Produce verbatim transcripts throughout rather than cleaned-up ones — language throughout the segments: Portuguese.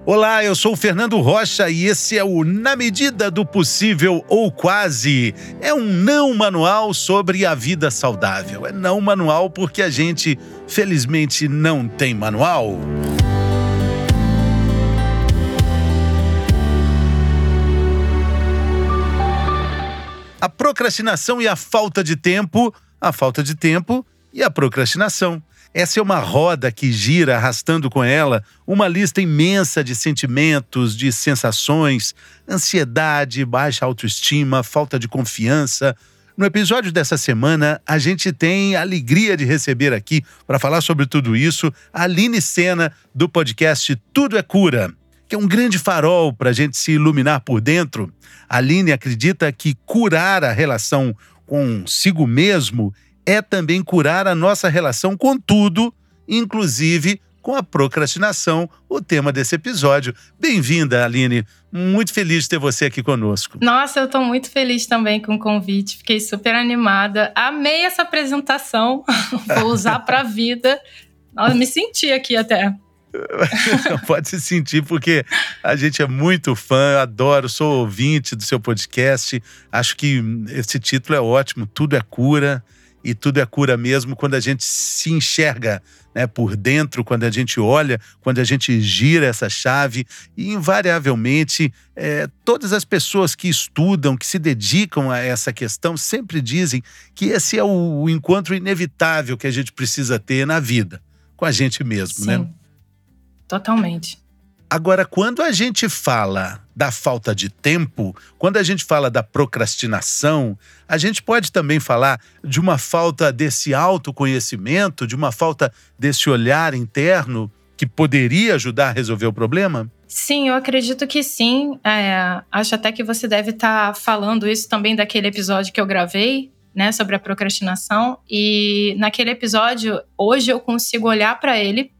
Olá, eu sou o Fernando Rocha e esse é o Na Medida do Possível ou Quase. É um não manual sobre a vida saudável. É não manual porque a gente, felizmente, não tem manual. A procrastinação e a falta de tempo, a falta de tempo e a procrastinação. Essa é uma roda que gira arrastando com ela uma lista imensa de sentimentos, de sensações, ansiedade, baixa autoestima, falta de confiança. No episódio dessa semana, a gente tem a alegria de receber aqui, para falar sobre tudo isso, a Aline Sena, do podcast Tudo é Cura, que é um grande farol para a gente se iluminar por dentro. A Aline acredita que curar a relação consigo mesmo é também curar a nossa relação com tudo, inclusive com a procrastinação, o tema desse episódio. Bem-vinda, Aline. Muito feliz de ter você aqui conosco. Nossa, eu estou muito feliz também com o convite. Fiquei super animada. Amei essa apresentação. Vou usar para a vida. Nossa, me senti aqui até. Pode se sentir, porque a gente é muito fã, eu adoro, sou ouvinte do seu podcast. Acho que esse título é ótimo, Tudo é Cura. E tudo é cura mesmo quando a gente se enxerga, né, por dentro, quando a gente olha, quando a gente gira essa chave. E, invariavelmente, é, todas as pessoas que estudam, que se dedicam a essa questão, sempre dizem que esse é o, o encontro inevitável que a gente precisa ter na vida, com a gente mesmo, Sim, né? Totalmente. Agora, quando a gente fala da falta de tempo, quando a gente fala da procrastinação, a gente pode também falar de uma falta desse autoconhecimento, de uma falta desse olhar interno que poderia ajudar a resolver o problema? Sim, eu acredito que sim. É, acho até que você deve estar falando isso também daquele episódio que eu gravei, né, sobre a procrastinação. E naquele episódio, hoje eu consigo olhar para ele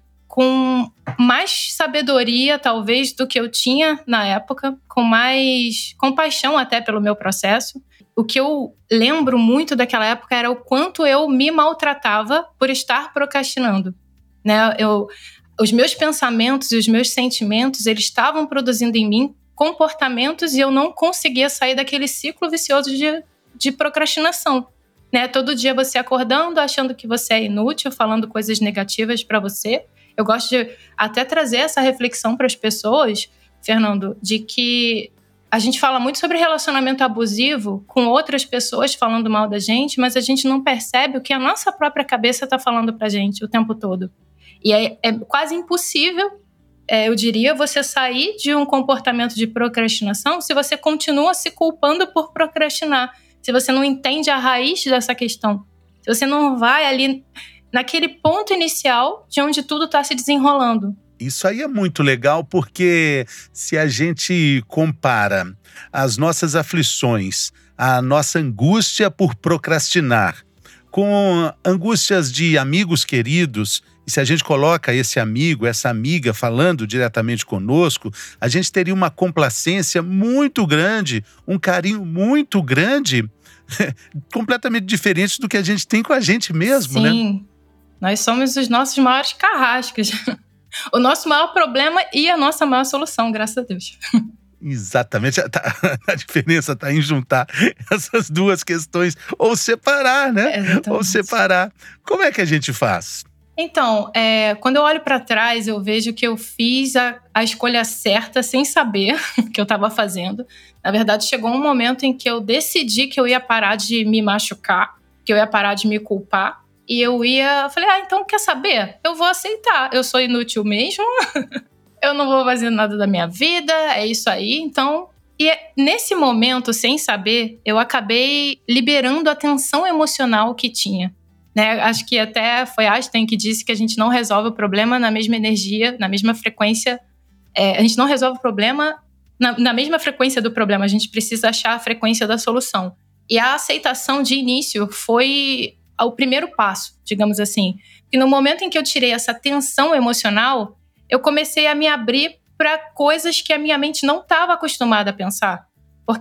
com mais sabedoria, talvez, do que eu tinha na época, com mais compaixão até pelo meu processo. O que eu lembro muito daquela época era o quanto eu me maltratava por estar procrastinando, né? Eu, os meus pensamentos e os meus sentimentos, eles estavam produzindo em mim comportamentos e eu não conseguia sair daquele ciclo vicioso de, de procrastinação, né? Todo dia você acordando, achando que você é inútil, falando coisas negativas para você. Eu gosto de até trazer essa reflexão para as pessoas, Fernando, de que a gente fala muito sobre relacionamento abusivo com outras pessoas falando mal da gente, mas a gente não percebe o que a nossa própria cabeça está falando para a gente o tempo todo. E é, é quase impossível, é, eu diria, você sair de um comportamento de procrastinação se você continua se culpando por procrastinar, se você não entende a raiz dessa questão, se você não vai ali naquele ponto inicial de onde tudo está se desenrolando. Isso aí é muito legal, porque se a gente compara as nossas aflições, a nossa angústia por procrastinar, com angústias de amigos queridos, e se a gente coloca esse amigo, essa amiga falando diretamente conosco, a gente teria uma complacência muito grande, um carinho muito grande, completamente diferente do que a gente tem com a gente mesmo, Sim. né? Sim. Nós somos os nossos maiores carrascos. O nosso maior problema e a nossa maior solução, graças a Deus. Exatamente. A diferença está em juntar essas duas questões, ou separar, né? Exatamente. Ou separar. Como é que a gente faz? Então, é, quando eu olho para trás, eu vejo que eu fiz a, a escolha certa sem saber o que eu estava fazendo. Na verdade, chegou um momento em que eu decidi que eu ia parar de me machucar, que eu ia parar de me culpar. E eu ia, eu falei, ah, então quer saber? Eu vou aceitar, eu sou inútil mesmo, eu não vou fazer nada da minha vida, é isso aí, então... E nesse momento, sem saber, eu acabei liberando a tensão emocional que tinha, né? Acho que até foi Einstein que disse que a gente não resolve o problema na mesma energia, na mesma frequência, é, a gente não resolve o problema na, na mesma frequência do problema, a gente precisa achar a frequência da solução. E a aceitação de início foi o primeiro passo, digamos assim. E no momento em que eu tirei essa tensão emocional, eu comecei a me abrir para coisas que a minha mente não estava acostumada a pensar. Porque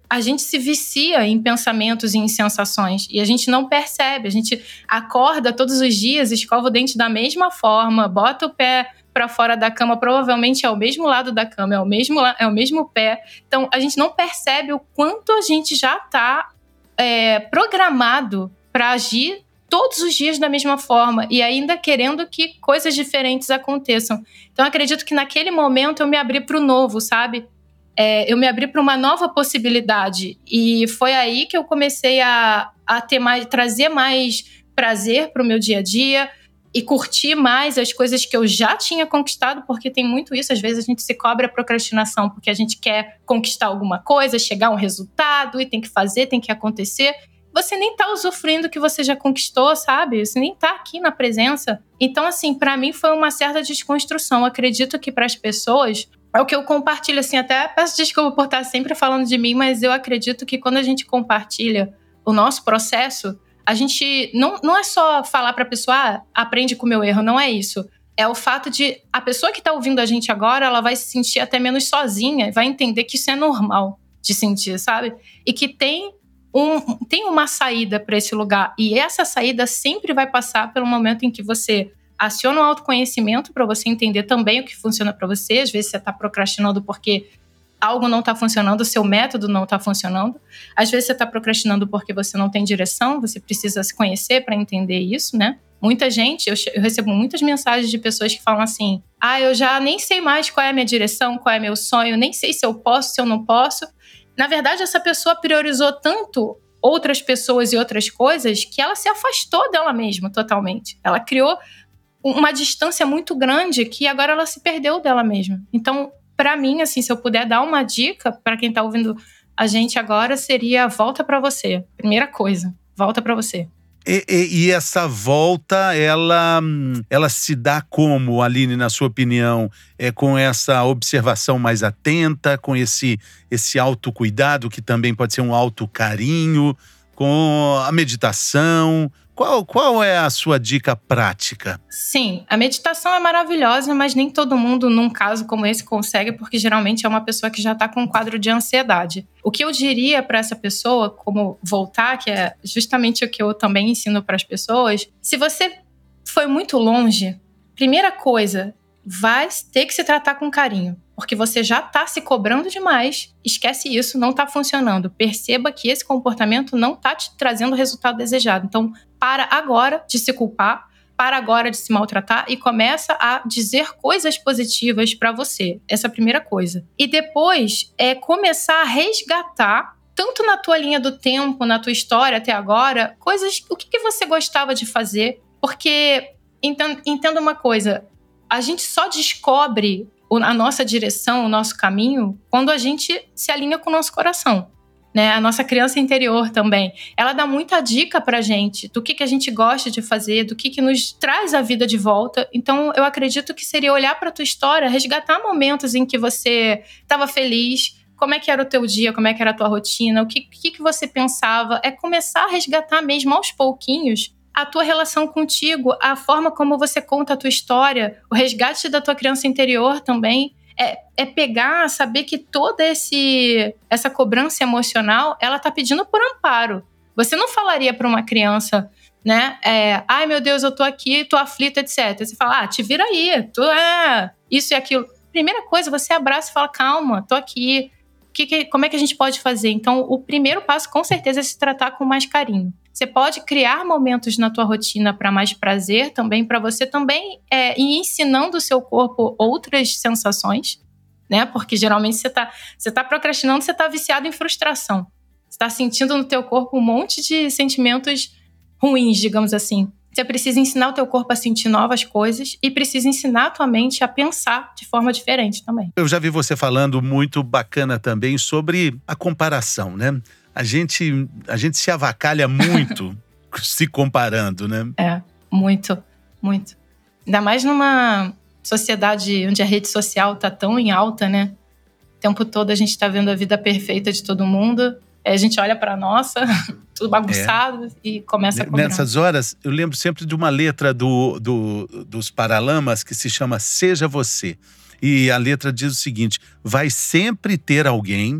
a gente se vicia em pensamentos e em sensações. E a gente não percebe. A gente acorda todos os dias, escova o dente da mesma forma, bota o pé para fora da cama, provavelmente é o mesmo lado da cama, é o mesmo, é o mesmo pé. Então, a gente não percebe o quanto a gente já está é, programado para agir todos os dias da mesma forma e ainda querendo que coisas diferentes aconteçam. Então, acredito que naquele momento eu me abri para o novo, sabe? É, eu me abri para uma nova possibilidade e foi aí que eu comecei a, a ter mais, trazer mais prazer para o meu dia a dia e curtir mais as coisas que eu já tinha conquistado, porque tem muito isso, às vezes a gente se cobra a procrastinação porque a gente quer conquistar alguma coisa, chegar a um resultado e tem que fazer, tem que acontecer. Você nem tá usufruindo o que você já conquistou, sabe? Você nem tá aqui na presença. Então, assim, para mim foi uma certa desconstrução. Eu acredito que para as pessoas, é o que eu compartilho, assim, até peço desculpa por estar sempre falando de mim, mas eu acredito que quando a gente compartilha o nosso processo, a gente não, não é só falar para a pessoa, ah, aprende com o meu erro, não é isso. É o fato de a pessoa que está ouvindo a gente agora, ela vai se sentir até menos sozinha, vai entender que isso é normal de sentir, sabe? E que tem, um, tem uma saída para esse lugar. E essa saída sempre vai passar pelo momento em que você aciona o autoconhecimento para você entender também o que funciona para você. Às vezes você está procrastinando porque algo não está funcionando, o seu método não está funcionando. Às vezes você está procrastinando porque você não tem direção, você precisa se conhecer para entender isso, né? Muita gente, eu, eu recebo muitas mensagens de pessoas que falam assim, ah, eu já nem sei mais qual é a minha direção, qual é meu sonho, nem sei se eu posso, se eu não posso. Na verdade, essa pessoa priorizou tanto outras pessoas e outras coisas que ela se afastou dela mesma totalmente. Ela criou uma distância muito grande que agora ela se perdeu dela mesma. Então, para mim, assim, se eu puder dar uma dica para quem tá ouvindo a gente agora, seria volta para você. Primeira coisa, volta para você. E, e, e essa volta, ela, ela se dá como, Aline, na sua opinião? É com essa observação mais atenta, com esse, esse autocuidado, que também pode ser um autocarinho, com a meditação? Qual, qual é a sua dica prática? Sim, a meditação é maravilhosa, mas nem todo mundo, num caso como esse, consegue, porque geralmente é uma pessoa que já está com um quadro de ansiedade. O que eu diria para essa pessoa, como voltar, que é justamente o que eu também ensino para as pessoas, se você foi muito longe, primeira coisa, vai ter que se tratar com carinho. Porque você já está se cobrando demais, esquece isso, não está funcionando. Perceba que esse comportamento não está te trazendo o resultado desejado. Então, para agora de se culpar, para agora de se maltratar e começa a dizer coisas positivas para você. Essa é a primeira coisa. E depois é começar a resgatar, tanto na tua linha do tempo, na tua história até agora, coisas, o que, que você gostava de fazer. Porque, entenda uma coisa, a gente só descobre a nossa direção, o nosso caminho, quando a gente se alinha com o nosso coração, né? A nossa criança interior também. Ela dá muita dica pra gente do que, que a gente gosta de fazer, do que, que nos traz a vida de volta. Então, eu acredito que seria olhar pra tua história, resgatar momentos em que você estava feliz, como é que era o teu dia, como é que era a tua rotina, o que, que, que você pensava. É começar a resgatar mesmo aos pouquinhos a tua relação contigo, a forma como você conta a tua história, o resgate da tua criança interior também. É, é pegar, saber que toda esse, essa cobrança emocional, ela tá pedindo por amparo. Você não falaria para uma criança, né? É, ai, meu Deus, eu tô aqui, tô aflita, etcétera. Você fala, ah, te vira aí, tu é isso e aquilo. Primeira coisa, você abraça e fala, calma, tô aqui. Que, que, como é que a gente pode fazer? Então, o primeiro passo, com certeza, é se tratar com mais carinho. Você pode criar momentos na tua rotina para mais prazer também, para você também é, ir ensinando o seu corpo outras sensações, né? Porque geralmente você está você tá procrastinando, você está viciado em frustração. Você está sentindo no teu corpo um monte de sentimentos ruins, digamos assim. Você precisa ensinar o teu corpo a sentir novas coisas e precisa ensinar a tua mente a pensar de forma diferente também. Eu já vi você falando muito bacana também sobre a comparação, né? A gente, a gente se avacalha muito se comparando, né? É, muito, muito. Ainda mais numa sociedade onde a rede social tá tão em alta, né? O tempo todo a gente tá vendo a vida perfeita de todo mundo. Aí a gente olha pra nossa, tudo bagunçado, é. E começa a cobrar. Nessas horas, eu lembro sempre de uma letra do, do, dos Paralamas que se chama Seja Você. E a letra diz o seguinte: vai sempre ter alguém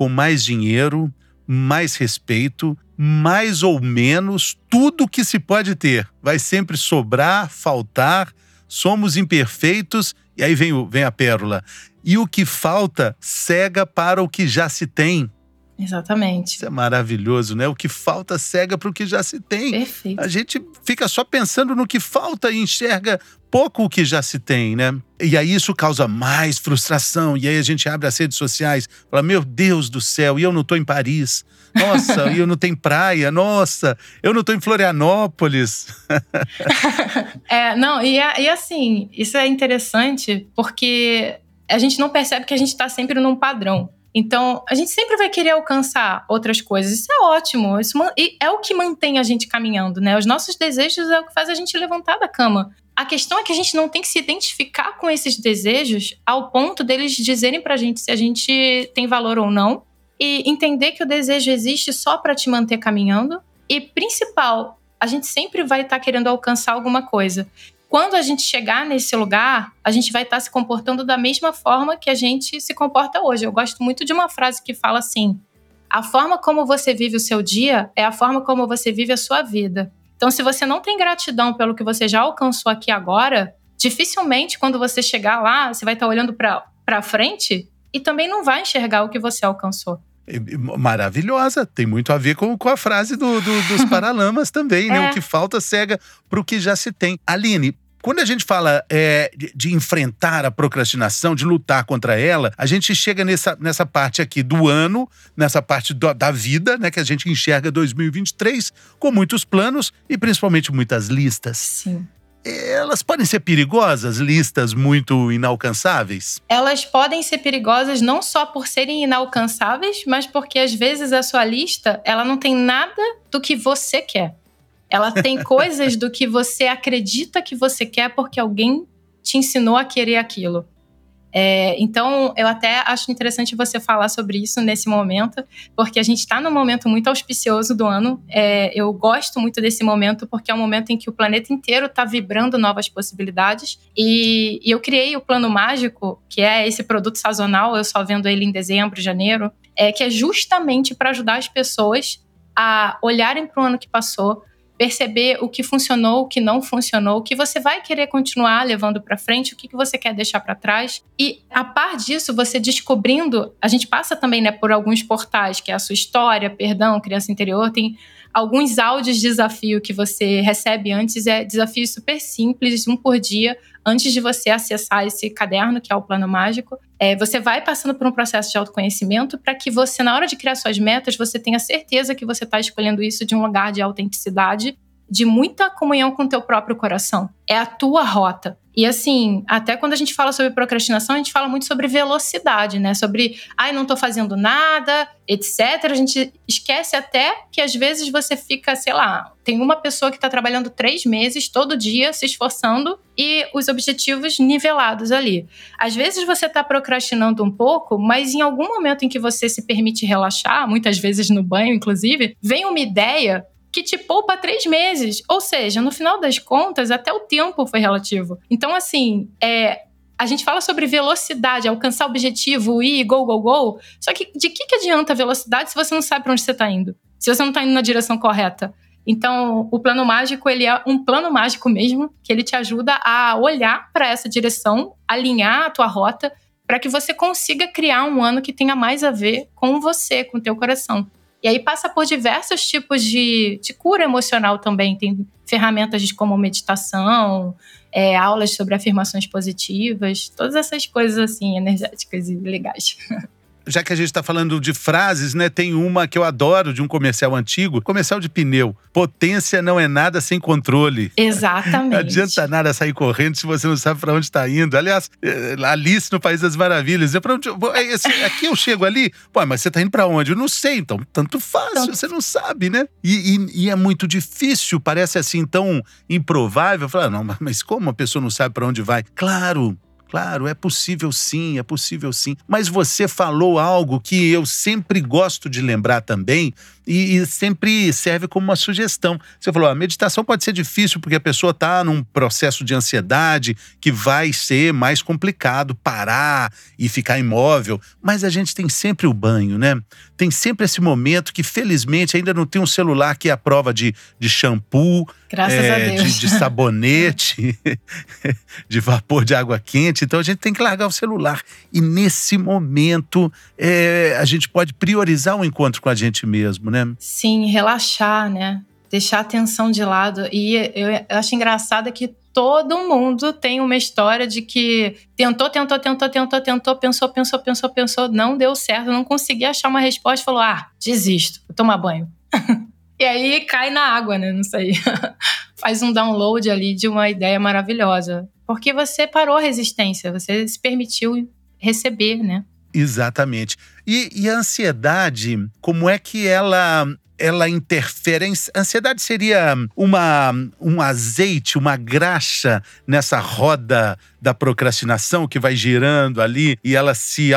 com mais dinheiro, mais respeito, mais ou menos, tudo que se pode ter. Vai sempre sobrar, faltar, somos imperfeitos, e aí vem, o, vem a pérola. E o que falta cega para o que já se tem. Exatamente. Isso é maravilhoso, né? O que falta cega para o que já se tem. Perfeito. A gente fica só pensando no que falta e enxerga pouco o que já se tem, né? E aí isso causa mais frustração. E aí a gente abre as redes sociais, fala, meu Deus do céu, e eu não tô em Paris. Nossa, e eu não tenho praia. Nossa, eu não tô em Florianópolis. É, não, e, e assim, isso é interessante porque a gente não percebe que a gente tá sempre num padrão. Então, a gente sempre vai querer alcançar outras coisas. Isso é ótimo. Isso é o que mantém a gente caminhando, né? Os nossos desejos é o que faz a gente levantar da cama. A questão é que a gente não tem que se identificar com esses desejos ao ponto deles dizerem pra gente se a gente tem valor ou não. E entender que o desejo existe só pra te manter caminhando. E, principal, a gente sempre vai estar querendo alcançar alguma coisa. Quando a gente chegar nesse lugar, a gente vai estar se comportando da mesma forma que a gente se comporta hoje. Eu gosto muito de uma frase que fala assim: a forma como você vive o seu dia é a forma como você vive a sua vida. Então, se você não tem gratidão pelo que você já alcançou aqui agora, dificilmente quando você chegar lá, você vai estar olhando para frente e também não vai enxergar o que você alcançou. Maravilhosa, tem muito a ver com, com a frase do, do, dos Paralamas também, né? É. O que falta cega para o que já se tem. Aline, quando a gente fala é, de, de enfrentar a procrastinação, de lutar contra ela, a gente chega nessa, nessa parte aqui do ano, nessa parte do, da vida, né? Que a gente enxerga dois mil e vinte e três com muitos planos e principalmente muitas listas. Sim. Elas podem ser perigosas, listas muito inalcançáveis? Elas podem ser perigosas não só por serem inalcançáveis, mas porque às vezes a sua lista, ela não tem nada do que você quer. Ela tem coisas do que você acredita que você quer porque alguém te ensinou a querer aquilo. É, então, eu até acho interessante você falar sobre isso nesse momento, porque a gente está num momento muito auspicioso do ano. É, eu gosto muito desse momento porque é um momento em que o planeta inteiro está vibrando novas possibilidades. E, e eu criei o Plano Mágico, que é esse produto sazonal, eu só vendo ele em dezembro, janeiro, é, que é justamente para ajudar as pessoas a olharem para o ano que passou, perceber o que funcionou, o que não funcionou, o que você vai querer continuar levando para frente, o que você quer deixar para trás. E, a par disso, você descobrindo... A gente passa também, né, por alguns portais, que é a sua história, perdão, criança interior, tem alguns áudios de desafio que você recebe antes, é desafios super simples, um por dia, antes de você acessar esse caderno, que é o Plano Mágico. É, você vai passando por um processo de autoconhecimento para que você, na hora de criar suas metas, você tenha certeza que você está escolhendo isso de um lugar de autenticidade, de muita comunhão com o teu próprio coração. É a tua rota. E assim, até quando a gente fala sobre procrastinação, a gente fala muito sobre velocidade, né? Sobre, ai, não tô fazendo nada, etcétera. A gente esquece até que às vezes você fica, sei lá, tem uma pessoa que tá trabalhando três meses, todo dia, se esforçando e os objetivos nivelados ali. Às vezes você tá procrastinando um pouco, mas em algum momento em que você se permite relaxar, muitas vezes no banho, inclusive, vem uma ideia que te poupa três meses. Ou seja, no final das contas, até o tempo foi relativo. Então, assim, é, a gente fala sobre velocidade, alcançar o objetivo, ir, go, go, go. Só que de que, que adianta a velocidade se você não sabe para onde você está indo? Se você não está indo na direção correta? Então, o Plano Mágico, ele é um plano mágico mesmo, que ele te ajuda a olhar para essa direção, alinhar a tua rota, para que você consiga criar um ano que tenha mais a ver com você, com o teu coração. E aí passa por diversos tipos de, de cura emocional também. Tem ferramentas como meditação, é, aulas sobre afirmações positivas, todas essas coisas assim, energéticas e legais. Já que a gente está falando de frases, né? Tem uma que eu adoro de um comercial antigo, comercial de pneu. Potência não é nada sem controle. Exatamente. Não adianta nada sair correndo se você não sabe para onde está indo. Aliás, Alice no País das Maravilhas. Eu, pra onde, aqui eu chego ali. Pô, mas você está indo para onde? Eu não sei. Então, tanto faz, tanto... você não sabe, né? E, e, e é muito difícil, parece assim tão improvável. Falar, não, mas como uma pessoa não sabe para onde vai? Claro. Claro, é possível sim, é possível sim. Mas você falou algo que eu sempre gosto de lembrar também, E, e sempre serve como uma sugestão. Você falou, a meditação pode ser difícil porque a pessoa está num processo de ansiedade que vai ser mais complicado parar e ficar imóvel. Mas a gente tem sempre o banho, né? Tem sempre esse momento que, felizmente, ainda não tem um celular que é a prova de, de shampoo, Graças é, a Deus. De, de sabonete, de vapor de água quente. Então a gente tem que largar o celular. E nesse momento, é, a gente pode priorizar o encontro com a gente mesmo, né? Sim, relaxar, né? Deixar a tensão de lado. E eu, eu acho engraçado que todo mundo tem uma história de que tentou, tentou, tentou, tentou, tentou, pensou, pensou, pensou, pensou, não deu certo, não conseguia achar uma resposta, falou, ah, desisto, vou tomar banho. E aí cai na água, né? Não sei. Faz um download ali de uma ideia maravilhosa. Porque você parou a resistência, você se permitiu receber, né? Exatamente. E, e a ansiedade, como é que ela, ela interfere? A ansiedade seria uma, um azeite, uma graxa nessa roda da procrastinação que vai girando ali e ela se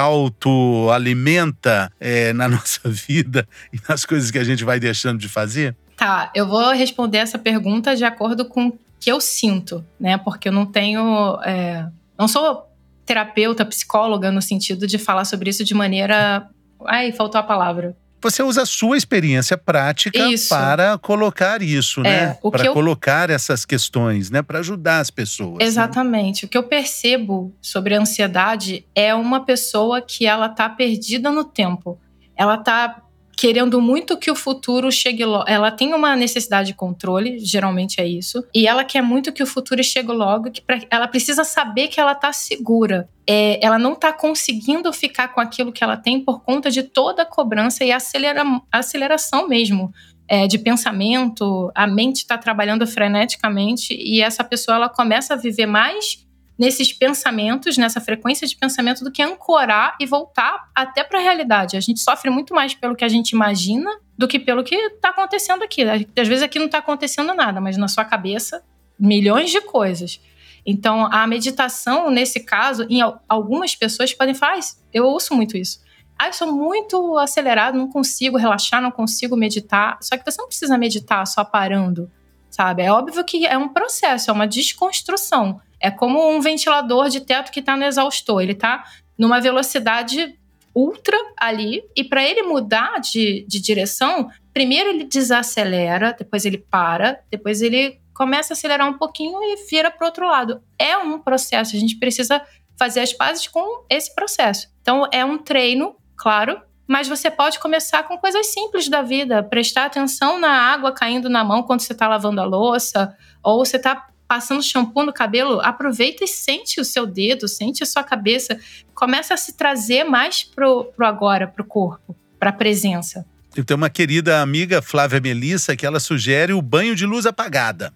autoalimenta é, na nossa vida e nas coisas que a gente vai deixando de fazer? Tá, eu vou responder essa pergunta de acordo com o que eu sinto, né? Porque eu não tenho... É, não sou terapeuta, psicóloga, no sentido de falar sobre isso de maneira... Ai, faltou a palavra. Você usa a sua experiência prática isso. para colocar isso, né? É, o para que eu... colocar essas questões, né? Para ajudar as pessoas. Exatamente. Né? O que eu percebo sobre a ansiedade é uma pessoa que ela tá perdida no tempo. Ela tá querendo muito que o futuro chegue logo. Ela tem uma necessidade de controle, geralmente é isso. E ela quer muito que o futuro chegue logo, que pra... ela precisa saber que ela tá segura. É, ela não tá conseguindo ficar com aquilo que ela tem por conta de toda a cobrança e acelera... aceleração mesmo. É, de pensamento, a mente está trabalhando freneticamente e essa pessoa ela começa a viver mais nesses pensamentos, nessa frequência de pensamento do que ancorar e voltar até para a realidade. A gente sofre muito mais pelo que a gente imagina do que pelo que está acontecendo aqui. Às vezes aqui não está acontecendo nada, mas na sua cabeça, milhões de coisas. Então, a meditação, nesse caso, em algumas pessoas podem falar, ah, eu ouço muito isso. Ah, eu sou muito acelerado, não consigo relaxar, não consigo meditar. Só que você não precisa meditar só parando, sabe? É óbvio que é um processo, é uma desconstrução. É como um ventilador de teto que está no exaustor. Ele está numa velocidade ultra ali. E para ele mudar de, de direção, primeiro ele desacelera, depois ele para, depois ele começa a acelerar um pouquinho e vira para o outro lado. É um processo, a gente precisa fazer as pazes com esse processo. Então é um treino, claro, mas você pode começar com coisas simples da vida. Prestar atenção na água caindo na mão quando você está lavando a louça, ou você está passando shampoo no cabelo, aproveita e sente o seu dedo, sente a sua cabeça. Começa a se trazer mais pro, pro agora, pro corpo, pra presença. Eu tenho uma querida amiga, Flávia Melissa, que ela sugere o banho de luz apagada.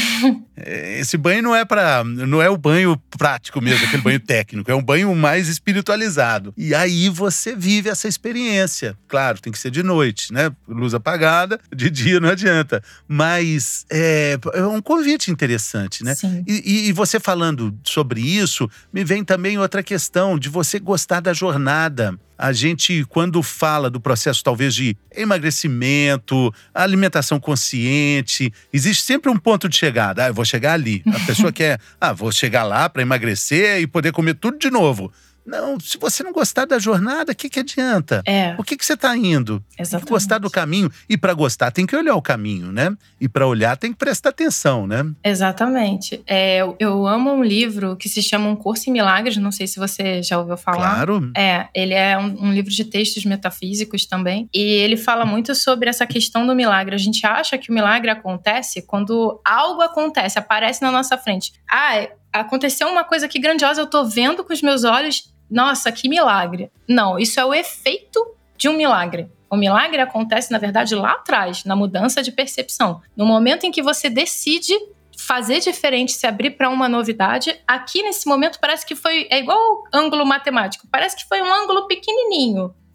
Esse banho não é para, não é o banho prático mesmo, aquele banho técnico, é um banho mais espiritualizado. E aí você vive essa experiência. Claro, tem que ser de noite, né? Luz apagada, de dia não adianta. Mas é, é um convite interessante, né? Sim. E, e você falando sobre isso, me vem também outra questão de você gostar da jornada. A gente, quando fala do processo talvez de emagrecimento, alimentação consciente, existe sempre um ponto de chegada. Ah, eu vou chegar ali. A pessoa quer, ah, vou chegar lá para emagrecer e poder comer tudo de novo. Não, se você não gostar da jornada, o que, que adianta? É. Por que, que você está indo? Exatamente. Tem que gostar do caminho. E para gostar, tem que olhar o caminho, né? E para olhar, tem que prestar atenção, né? Exatamente. É, eu, eu amo um livro que se chama Um Curso em Milagres, não sei se você já ouviu falar. Claro. É, ele é um, um livro de textos metafísicos também. E ele fala muito sobre essa questão do milagre. A gente acha que o milagre acontece quando algo acontece, aparece na nossa frente. Ah, aconteceu uma coisa aqui grandiosa, eu tô vendo com os meus olhos. Nossa, que milagre. Não, isso é o efeito de um milagre. O milagre acontece, na verdade, lá atrás, na mudança de percepção. No momento em que você decide fazer diferente, se abrir para uma novidade, aqui nesse momento parece que foi, é igual ângulo matemático, parece que foi um ângulo pequenininho.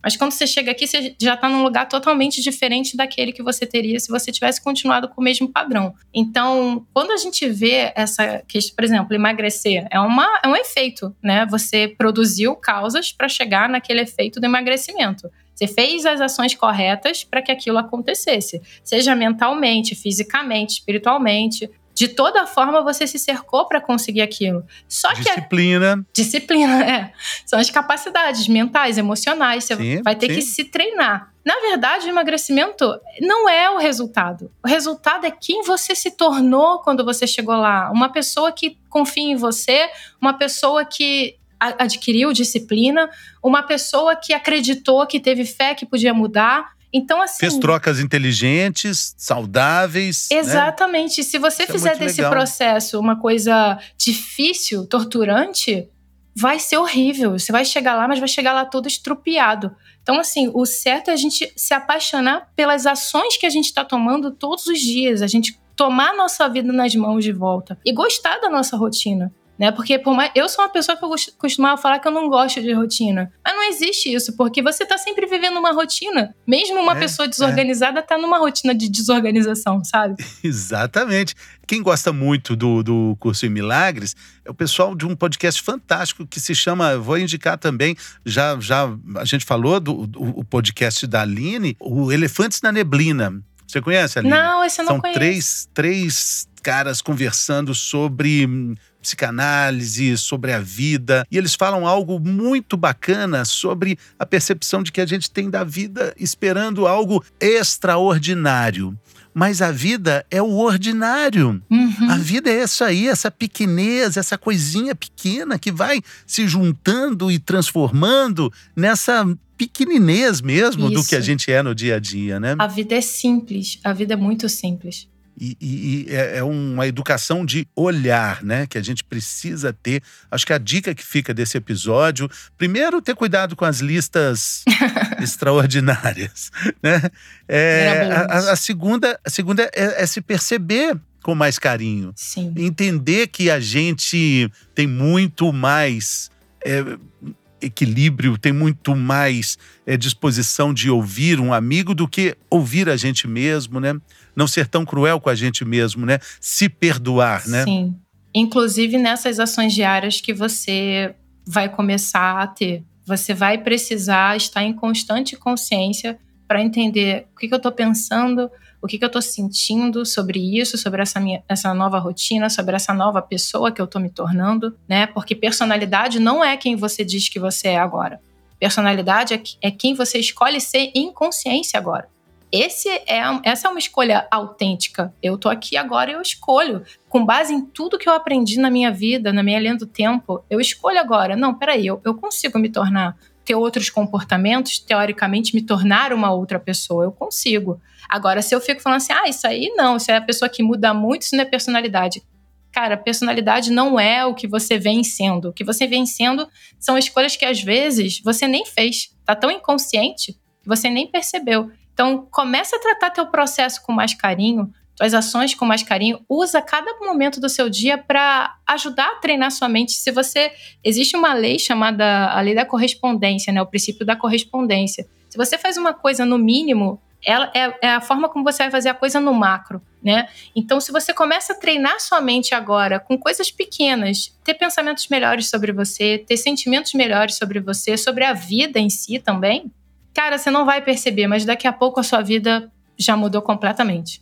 Mas quando você chega aqui, você já está num lugar totalmente diferente daquele que você teria se você tivesse continuado com o mesmo padrão. Então, quando a gente vê essa questão, por exemplo, emagrecer, é, uma, é um efeito, né? Você produziu causas para chegar naquele efeito do emagrecimento. Você fez as ações corretas para que aquilo acontecesse, seja mentalmente, fisicamente, espiritualmente. De toda forma, você se cercou para conseguir aquilo. Só disciplina. Que a... Disciplina, é. São as capacidades mentais, emocionais. Você sim, vai ter sim. que se treinar. Na verdade, o emagrecimento não é o resultado. O resultado é quem você se tornou quando você chegou lá. Uma pessoa que confia em você, uma pessoa que adquiriu disciplina, uma pessoa que acreditou, que teve fé que podia mudar. Então, assim, fez trocas inteligentes, saudáveis. Exatamente. Né? Se você Isso fizer é desse legal. processo uma coisa difícil, torturante, vai ser horrível. Você vai chegar lá, mas vai chegar lá todo estrupiado. Então, assim, o certo é a gente se apaixonar pelas ações que a gente está tomando todos os dias. A gente tomar a nossa vida nas mãos de volta e gostar da nossa rotina. Né? Porque por mais, eu sou uma pessoa que eu costumava falar que eu não gosto de rotina. Mas não existe isso, porque você está sempre vivendo uma rotina. Mesmo uma é, pessoa desorganizada está é. numa rotina de desorganização, sabe? Exatamente. Quem gosta muito do, do Curso em Milagres é o pessoal de um podcast fantástico que se chama, vou indicar também, já, já a gente falou do, do o podcast da Aline, o Elefantes na Neblina. Você conhece, Aline? Não, esse eu não São conheço. três, três caras conversando sobre psicanálise, sobre a vida. E eles falam algo muito bacana sobre a percepção de que a gente tem da vida esperando algo extraordinário. Mas a vida é o ordinário. Uhum. A vida é isso aí, essa pequenez, essa coisinha pequena que vai se juntando e transformando nessa pequeninez mesmo isso. do que a gente é no dia a dia, né? A vida é simples, a vida é muito simples. E, e, e é uma educação de olhar, né? Que a gente precisa ter. Acho que a dica que fica desse episódio, primeiro, ter cuidado com as listas extraordinárias, né? É, a, a, segunda, a segunda é, é se perceber com mais carinho. Sim. Entender que a gente tem muito mais é, equilíbrio, tem muito mais é, disposição de ouvir um amigo do que ouvir a gente mesmo, né? Não ser tão cruel com a gente mesmo, né? Se perdoar, né? Sim. Inclusive nessas ações diárias que você vai começar a ter. Você vai precisar estar em constante consciência para entender o que, que eu estou pensando, o que, que eu estou sentindo sobre isso, sobre essa, minha, essa nova rotina, sobre essa nova pessoa que eu estou me tornando, né? Porque personalidade não é quem você diz que você é agora. Personalidade é, é quem você escolhe ser em consciência agora. Esse é, essa é uma escolha autêntica. Eu tô aqui agora e eu escolho. Com base em tudo que eu aprendi na minha vida, na minha linha do tempo, eu escolho agora. Não, peraí, eu, eu consigo me tornar, ter outros comportamentos, teoricamente me tornar uma outra pessoa. Eu consigo. Agora, se eu fico falando assim, ah, isso aí não, isso é a pessoa que muda muito, isso não é personalidade. Cara, personalidade não é o que você vem sendo. O que você vem sendo são escolhas que às vezes você nem fez. Tá tão inconsciente que você nem percebeu. Então, começa a tratar teu processo com mais carinho, tuas ações com mais carinho. Usa cada momento do seu dia para ajudar a treinar sua mente. Se você... Existe uma lei chamada a lei da correspondência, né? O princípio da correspondência. Se você faz uma coisa no mínimo, ela é, é a forma como você vai fazer a coisa no macro, né? Então, se você começa a treinar sua mente agora com coisas pequenas, ter pensamentos melhores sobre você, ter sentimentos melhores sobre você, sobre a vida em si também, cara, você não vai perceber, mas daqui a pouco a sua vida já mudou completamente.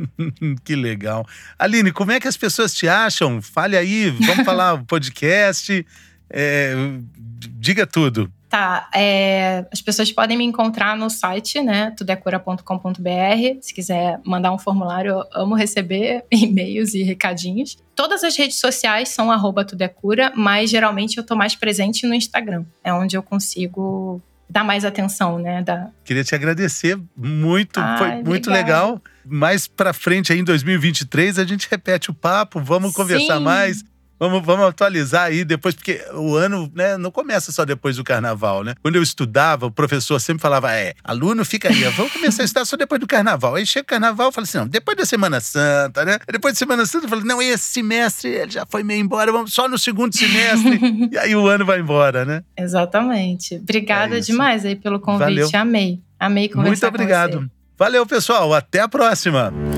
Que legal. Aline, como é que as pessoas te acham? Fale aí, vamos falar o podcast, é, diga tudo. Tá, é, as pessoas podem me encontrar no site, né, tudo é cura ponto com ponto b r. Se quiser mandar um formulário, eu amo receber e-mails e recadinhos. Todas as redes sociais são arroba tudo é cura, mas geralmente eu tô mais presente no Instagram. É onde eu consigo dar mais atenção, né? Da... Queria te agradecer muito, Ai, foi muito obrigada. legal. Mais pra frente aí em dois mil e vinte e três a gente repete o papo, vamos Sim. conversar mais. Vamos, vamos atualizar aí depois, porque o ano, né, não começa só depois do carnaval, né? Quando eu estudava, o professor sempre falava, é, aluno fica aí, vamos começar a estudar só depois do carnaval. Aí chega o carnaval, eu falo assim, não, depois da Semana Santa, né? Depois da Semana Santa, eu falo, não, esse semestre ele já foi meio embora, vamos só no segundo semestre. E aí o ano vai embora, né? Exatamente. Obrigada É demais aí pelo convite, Valeu. amei. Amei conversar Muito obrigado. com você. Valeu, pessoal, até a próxima.